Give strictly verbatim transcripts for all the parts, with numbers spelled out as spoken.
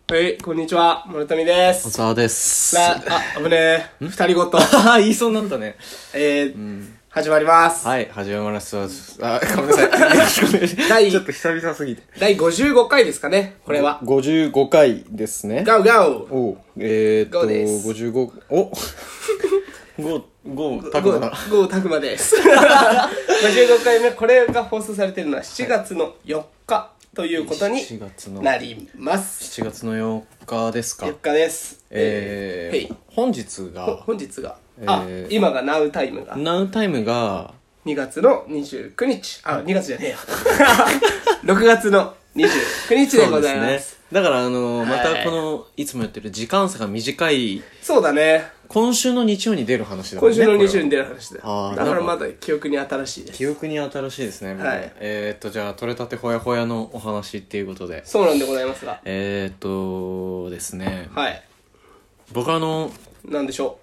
はい、こんにちは、諸富です。 小沢です。 あ、危ねえ。二人ごと。 言いそうになったね。 えー、うん、始まります。 はい、始まります。あ、ごめんなさい。よろしくお願いします。 第、 ちょっと久々すぎて。 第ごじゅうごかいですかね、これは。 ごじゅうごかいですね。 ガウガウ。 おえーっと、ごじゅうご、おゴー、ゴー、タクマだ。 ゴー、タクマです。ごじゅうごかいめ、これが放送されているのはしちがつのよっかということになります。 しちがつのよっかですか。 よっかです。 えー、えー、本日が、 本日が、あ、えー、今がナウタイムが。 ナウタイムが、 にがつのにじゅうくにち。あ、にがつじゃねえや。ろくがつのにじゅうくにちでございます。そうですね。 だからあのー、またこの、いつもやってる時間差が短い。 そうだね。 今週の日曜に出る話だもんね。 今週の日曜に出る話だ。 あだからまだ記憶に新しいです。 記憶に新しいですね。 はい。 えー、っと、じゃあ、取れたてほやほやのお話っていうことで。 そうなんでございますが。 えー、っとですね。 はい。 僕あの、 なんでしょう。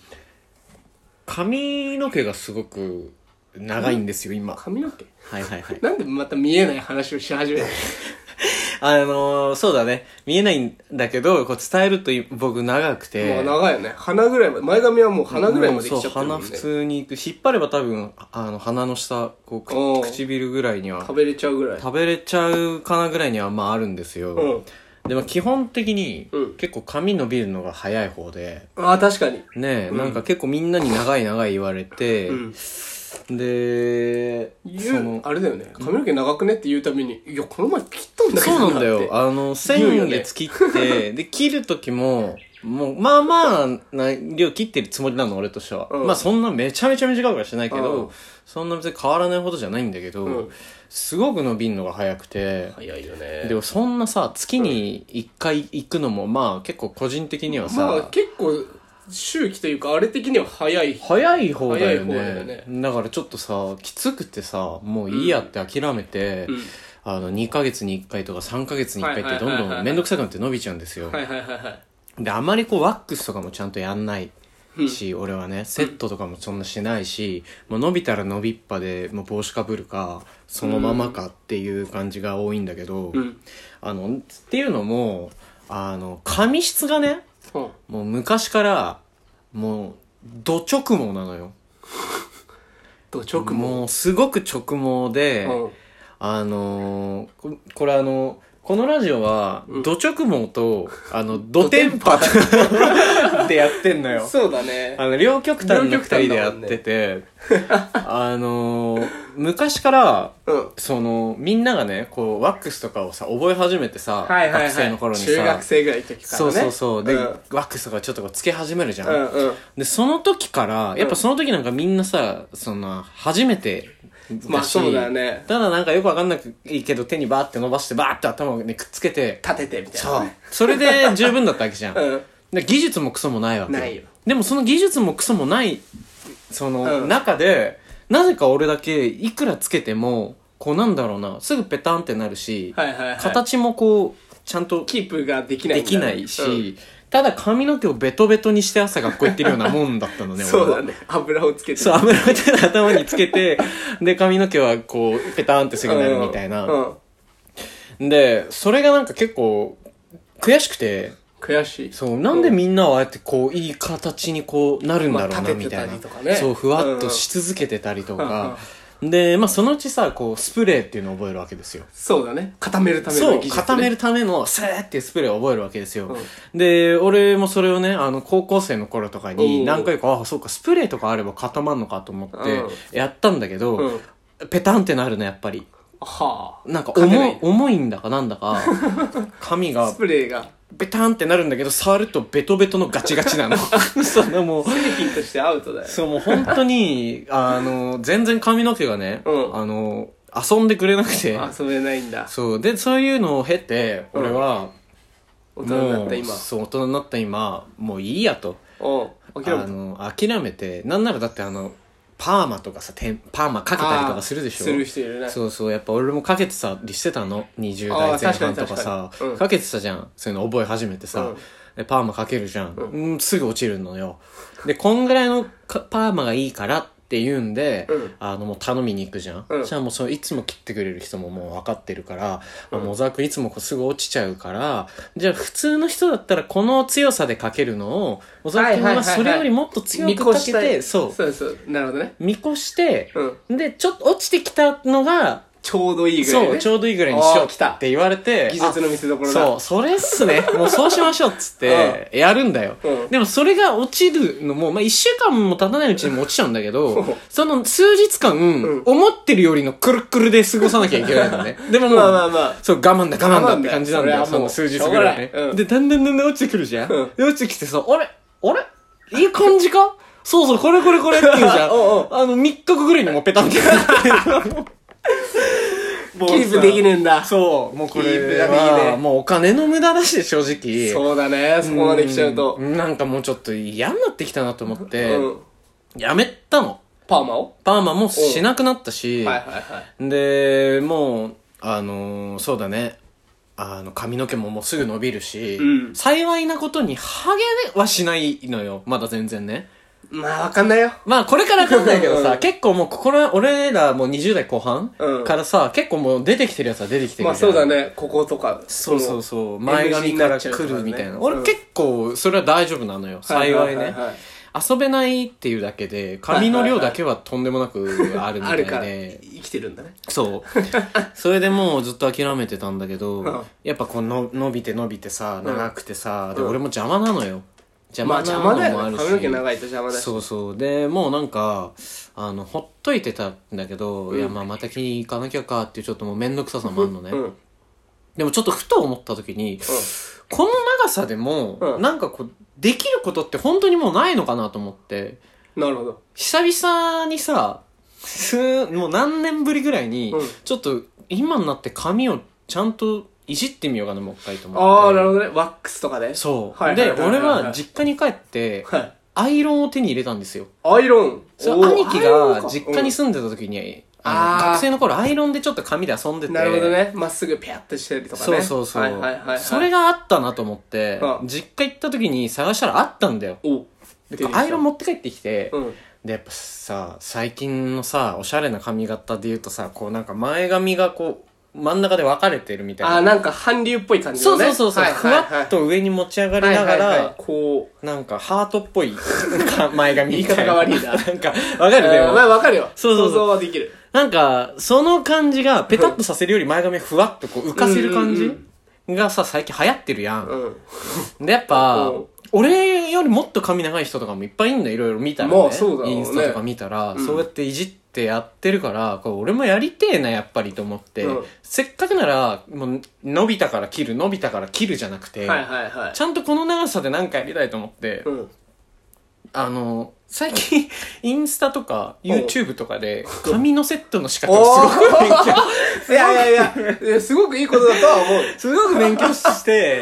髪の毛がすごく長いんですよ、今。 髪の毛はいはいはい。 なんでまた見えない話をし始めるあのー、そうだね。見えないんだけど、こう伝えると僕長くて。 もう長いよね。鼻ぐらいまで。前髪はもう鼻ぐらいまで来ちゃってるもんね。 そう、鼻普通に行く。引っ張れば多分、あの、鼻の下、こう、唇ぐらいには。 食べれちゃうぐらい。 食べれちゃうかなぐらいには、まああるんですよ。うん。でも基本的に、うん、結構髪伸びるのが早い方で。 ああ、確かに。 ねえ、うん、なんか結構みんなに長い長い言われて、うんで、 その、あれだよね。髪の毛長くねって言うたびに、いや、この前切ったんだけどなって。 そうなんだよ。あの、先月切って、で、切る時も、もう、まあまあな量切ってるつもりなの、俺としては。うん、まあそんなめちゃめちゃ短くはしてないけど、うん、そんな別に変わらないほどじゃないんだけど、うん、すごく伸びんのが早くて。 早いよね。 でもそんなさ、月にいっかい行くのも、まあ結構個人的にはさ、 まあ結構、周期というか、あれ的には早い。 早い方だよね。 早い方だよね。 だからちょっとさ、きつくてさ、もういいやって諦めて、うん、あの、にかげつにいっかいとかさんかげつにいっかいってどんどんめんどくさくなって伸びちゃうんですよ。 はいはいはいはい。 で、あまりこう、ワックスとかもちゃんとやんないし、うん、俺はね、セットとかもそんなしないし、もう伸びたら伸びっぱで、もう帽子かぶるか、そのままかっていう感じが多いんだけど、うん、あの、っていうのも、あの、髪質がね、うん、もう昔から、もう、ど直毛なのよ。 ど直毛もう、すごく直毛で、うん、あのー、こ、これあの、このラジオは、ど直毛と、あの、どテンパでやってんのよ。 そうだね。 あの、両極端の二人でやってて、あのー、昔から、うん、その、みんながね、こう、ワックスとかをさ、覚え始めてさ、はいはいはい、学生の頃にさ、 中学生ぐらいの時からね。 そうそうそう。で、うん、ワックスとかちょっとこうつけ始めるじゃん。 うんうん、 で、その時から、やっぱその時なんかみんなさ、その、初めて、 まあそうだよね。 ただなんかよくわかんないけど手にバーって伸ばしてバーって頭をねくっつけて。 立ててみたいな、ね。 そう。それで十分だったわけじゃん。うん。で技術もクソもないわけ。 ないよ。 でもその技術もクソもない、その、うん、中で、なぜか俺だけいくらつけても、こうなんだろうな、すぐペタンってなるし、 はいはいはい、 形もこう、ちゃんと。 キープができないんだ、ね。 できないし、うんただ髪の毛をベトベトにして朝学校行ってるようなもんだったのね、 そうだね。油をつけて。 そう、油をつけて頭につけて、で、髪の毛はこう、ペターンってすぐなるみたいな。うんうん、で、それがなんか結構、悔しくて。 悔しい。 そう、なんでみんなはああやってこう、いい形にこう、なるんだろうな、みたいな。 ね、 そう、ふわっとし続けてたりとか。で、まあ、そのうちさ、こう、スプレーっていうのを覚えるわけですよ。 そうだね。固めるための技術、ね。 そう、固めるための、スーっていうスプレーを覚えるわけですよ。うん、で、俺もそれをね、あの、高校生の頃とかに、何回か、あ、そうか、スプレーとかあれば固まんのかと思って、やったんだけど、うん、ペタンってなるの、やっぱり。 はあ。なんか、重い、重いんだかなんだか、髪が。 スプレーが。 ベタンってなるんだけど、触るとベトベトのガチガチなの。そのもう。 製品としてアウトだよ。 そう、もう本当に、あの、全然髪の毛がね、うん、あの、遊んでくれなくて。 遊べないんだ。 そう。で、そういうのを経て、俺は、 うん、大人になった今。 そう、大人になった今、もういいやと。 うん。諦めた。 あの、諦めて、なんならだってあの、パーマとかさ、パーマかけたりとかするでしょ。 する人いるね。 そうそう。やっぱ俺もかけてたりしてたの。にじゅうだいぜん半とかさ、か, うん、かけてたじゃん。そういうの覚え始めてさ。うん、でパーマかけるじゃん、うんうん。すぐ落ちるのよ。で、こんぐらいのパーマがいいからっって言うんで、 うんあのもう頼みに行くじゃん、 うんじゃあもうそのいつも切ってくれる人ももう分かってるから、うん、もう小沢君いつもこうすぐ落ちちゃうからじゃあ普通の人だったらこの強さでかけるのを小沢君はそれよりもっと強くかけて、そうそうそうなるほどね見越して、 うん、 でちょっと落ちてきたのがちょうどいいぐらい、ね、 そうちょうどいいぐらいにしようって言われて技術の見せ所だそうそれっすねもうそうしましょうっつってやるんだよ、 うん、 でもそれが落ちるのもまあいっしゅうかんも経たないうちにも落ちちゃうんだけどその数日間、うん、思ってるよりのくるくるで過ごさなきゃいけないのねでももう、まあまあまあ、そう我慢だ我慢だって感じなんだよその数日ぐらいね、うん、でだんだんだんだん落ちてくるじゃん、うん、で落ちてきてさあれあれいい感じかそうそうこれこれこれって言うじゃんおうおうあのみっかごぐらいにもうペタンってなってキープできるんだ。 そう。もうこれは、ね、もうお金の無駄だし、正直。 そうだね。そこまで来ちゃうと。 んなんかもうちょっと嫌になってきたなと思って、うん、やめたの。 パーマをパーマもしなくなったし、 はいはいはい。 で、もう、あのー、そうだね。あの、髪の毛ももうすぐ伸びるし、うん、幸いなことに、ハゲはしないのよ。まだ全然ね。 まあわかんないよ。 まあこれからわかんないけどさ、うん、結構もうこれ、俺らもうにじゅう代後半、うん、からさ、結構もう出てきてるやつは出てきてるまあそうだね、こことか。 そうそうそう、前髪から来るみたいな。俺結構それは大丈夫なのよ、幸いね。遊べないっていうだけで、髪の量だけはとんでもなくあるみたいで。あるから生きてるんだね。 そう。それでもうずっと諦めてたんだけど、うん、やっぱこうの伸びて伸びてさ、長くてさ、で俺も邪魔なのよ。邪魔なのもあるし、まあ、邪魔だよね。髪の毛長いと邪魔だし。そうそう。で、もうなんか、あの、ほっといてたんだけど、うん、いや、まあ、また気に行かなきゃかっていうちょっともうめんどくささもあるのね。うん、でもちょっとふと思った時に、うん、この長さでも、うん、なんかこう、できることって本当にもうないのかなと思って。 なるほど。 久々にさ、すもう何年ぶりぐらいに、うん、ちょっと今になって髪をちゃんと、いじってみようかな、もう一回と思って。 ああ、なるほどね。ワックスとかで。 そう。はいはいはいはいはい、で、俺は実家に帰って、はい、アイロンを手に入れたんですよ。 アイロンそう、兄貴が実家に住んでた時に、あの学生の頃アイロンでちょっと髪で遊んでて。 なるほどね。まっすぐピャッとしてるとかね。 そうそうそう。はいはいはい、はい。それがあったなと思って、うん、実家行った時に探したらあったんだよ。おでアイロン持って帰ってきて、うん、で、やっぱさ、最近のさ、おしゃれな髪型で言うとさ、こうなんか前髪がこう、真ん中で分かれてるみたいな。 あ、なんか韓流っぽい感じのね。 そうそうそう。はいはいはい、ふわっと上に持ち上がりながら、はいはいはい、こう、なんかハートっぽい前髪みたいな。言い方が悪いな。なんか、分かるでも。 まあ分かるよ。 そうそうそう。 想像はできる。 なんか、その感じがペタッとさせるより前髪ふわっとこう浮かせる感じがさ、最近流行ってるやん。うん、で、やっぱ、俺よりもっと髪長い人とかもいっぱいいんだよ。いろいろ見たらね。 まあそうだろうね。 インスタとか見たら、うん、そうやっていじって、ってやってるから、これ俺もやりてえな、やっぱりと思って、うん、せっかくなら、もう、伸びたから切る、伸びたから切るじゃなくて、 はいはいはい、 ちゃんとこの長さで何かやりたいと思って、うん、あの、最近、インスタとか、YouTube とかで、髪のセットの仕方をすごく勉強いやいやいや、すごくいいことだとは思う。 すごく勉強して、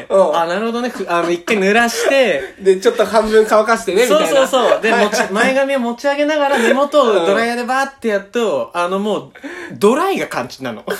あ、なるほどね、あの、一回濡らして、 で、ちょっと半分乾かしてね、みたいな。 そうそうそう。で、持ち、前髪を持ち上げながら根元をドライヤーでバーってやると、あの、もう、ドライが感じなの。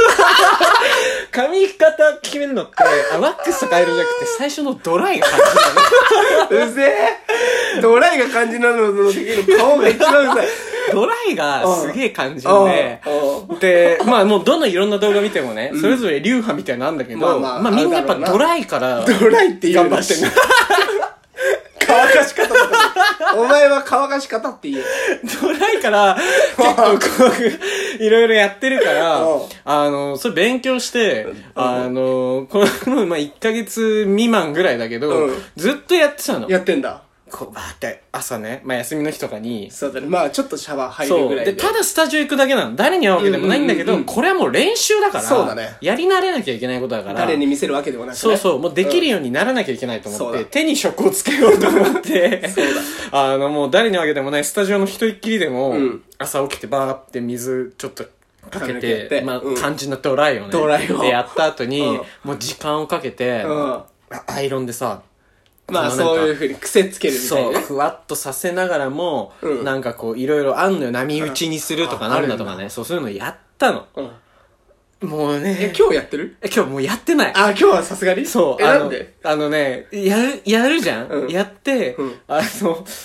髪型決めるのって、あ、ワックスとかアイロンじゃなくて、最初のドライが感じなの。うぜえ。ドライが感じなののできる顔が一番うざい。 ドライがすげえ感じるね。で、まあもうどのいろんな動画見てもね、それぞれ流派みたいなのあんだけど、まあまあ、まあみんなやっぱドライから、 ドライって言う頑張ってんの。乾かし方とか。お前は乾かし方って言え。 ドライから、結構こう、いろいろやってるから、あの、それ勉強して、あの、この、まあ、いっかげつ未満ぐらいだけど、うん、ずっとやってたの。 やってんだ。 こう、バーって、朝ね、まあ、休みの日とかに。 そうだね。まあ、ちょっとシャワー入るぐらいで。 そう。で、ただスタジオ行くだけなの。誰に会うわけでもないんだけど、うんうんうん、これはもう練習だから。 そうだね。 やり慣れなきゃいけないことだから。 誰に見せるわけでもなくて、 ね。そうそう。もうできるようにならなきゃいけないと思って、うん、手に職をつけようと思って。そうだ。あの、もう誰にわけでもないスタジオの一人っきりでも、うん、朝起きてバーって水ちょっとかけて、けまあ、うん、肝心なドライをね。 ドライを。 で、やった後に、うん、もう時間をかけて、うん、アイロンでさ、 まあそういう風に癖つけるみたいな、ね。 そう、ふわっとさせながらも、うん、なんかこう、いろいろあんのよ。波打ちにするとかなんだとかね。そう、そういうのやったの。うん、もうね。 え、今日やってる？ え、今日もうやってない。 あ、今日はさすがに？ そう。 え、なんで？ あのね、やる、やるじゃん、うん、やって、うん、あの、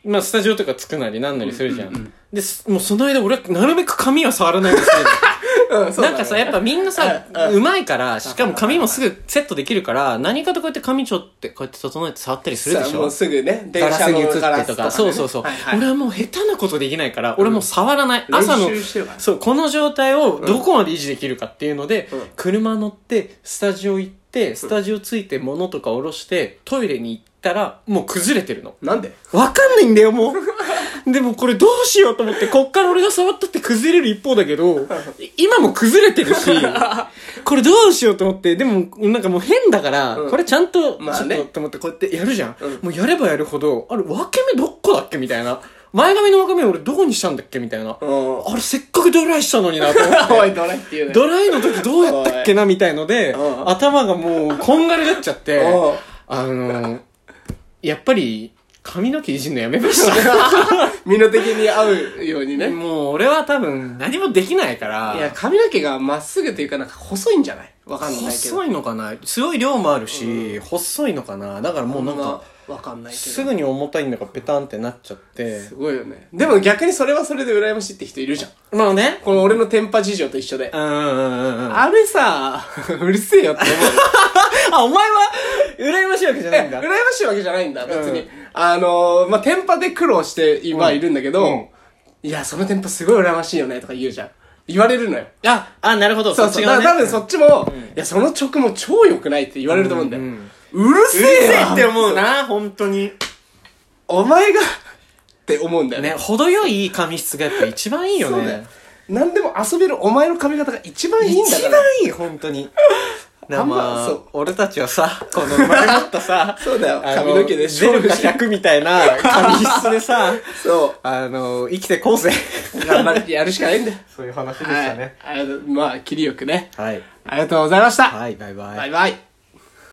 まあスタジオとかつくなりなんなりするじゃん、うんうんうん、でもうその間俺はなるべく髪は触らないようにしてるうん、なんかさ、やっぱみんなさ、うまいから、しかも髪もすぐセットできるから、何かとこうやって髪ちょってこうやって整えて触ったりするでしょ。 もうすぐね、 ガラスに映ってとか。とかね、そうそうそう、はいはい。俺はもう下手なことできないから、俺はもう触らない。うん、朝の、そう、この状態をどこまで維持できるかっていうので、うん、車乗って、スタジオ行って、スタジオついて物とか下ろして、トイレに行ったら、もう崩れてるの。 なんで？ わかんないんだよ、もう。でもこれどうしようと思って、こっから俺が触ったって崩れる一方だけど、今も崩れてるし、これどうしようと思って、でもなんかもう変だから、うん、これちゃんと、まあね、ちょっとと思ってこうやってやるじゃん。うん、もうやればやるほど、あれ、分け目どこだっけみたいな。前髪の分け目俺どこにしたんだっけみたいな。うん、あれせっかくドライしたのになと思って。 おい、ドライっていうね。 ドライの時どうやったっけなみたいので、頭がもうこんがりがっちゃって、あの、やっぱり、髪の毛いじんのやめました。 身の敵に合うようにね。 もう俺は多分何もできないから。 いや、髪の毛がまっすぐというかなんか細いんじゃない？わかんないけど。 細いのかな？すごい量もあるし、うん、細いのかな？だからもうなんか、 わかんないけど。 すぐに重たいんだからペタンってなっちゃって。 すごいよね。でも逆にそれはそれで羨ましいって人いるじゃん。 まあね。 この俺のテンパ事情と一緒で。 うんうんうんうん。 あれさ、うるせえよって思う。 あ、お前は、羨ましいわけじゃないんだ。 羨ましいわけじゃないんだ、別に。うん、あのー、まあ、テンパで苦労して今いるんだけど、うんうん、いや、そのテンパすごい羨ましいよねとか言うじゃん。言われるのよ。 あ、あ、なるほど。 そうそう。だから多分そっちも、うん、いや、その直も超良くないって言われると思うんだよ。うんうん、うるせえよって思うな、本当に。 お前がって思うんだよね。 ね、程よい髪質がやっぱ一番いいよね。そうだよ。 何でも遊べるお前の髪型が一番いいんだから。 一番いい、本当に。あんまあ、そう俺たちはさ、この生まれ持ったさ、 そうだよ、髪の毛でゼロかひゃくみたいな髪質でさ、 そう。 あの、生きてこうぜ。 やるしかないんだよ。 そういう話でしたね。 はい、あまあ、切りよくね。 はい。 ありがとうございました。 はい、バイバイ。 バイバイ。